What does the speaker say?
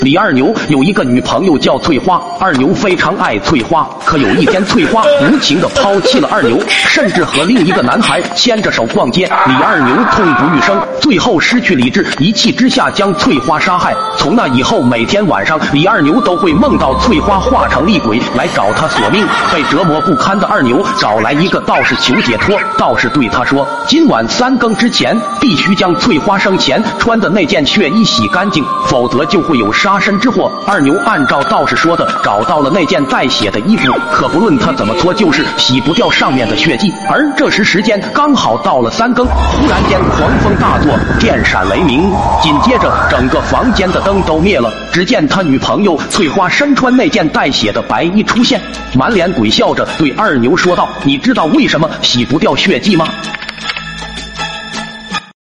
李二牛有一个女朋友叫翠花，二牛非常爱翠花，可有一天翠花无情地抛弃了二牛，甚至和另一个男孩牵着手逛街。李二牛痛不欲生，最后失去理智，一气之下将翠花杀害。从那以后，每天晚上李二牛都会梦到翠花化成厉鬼来找他索命。被折磨不堪的二牛找来一个道士求解脱，道士对他说，今晚3更之前必须将翠花生前穿的那件血衣洗干净，否则就会有杀身之祸。二牛按照道士说的找到了那件带血的衣服，可不论他怎么搓就是洗不掉上面的血迹。而这时时间刚好到了3更，忽然间狂风大作，电闪雷鸣，紧接着整个房间的灯都灭了。只见他女朋友翠花身穿那件带血的白衣出现，满脸鬼笑着对二牛说道，你知道为什么洗不掉血迹吗？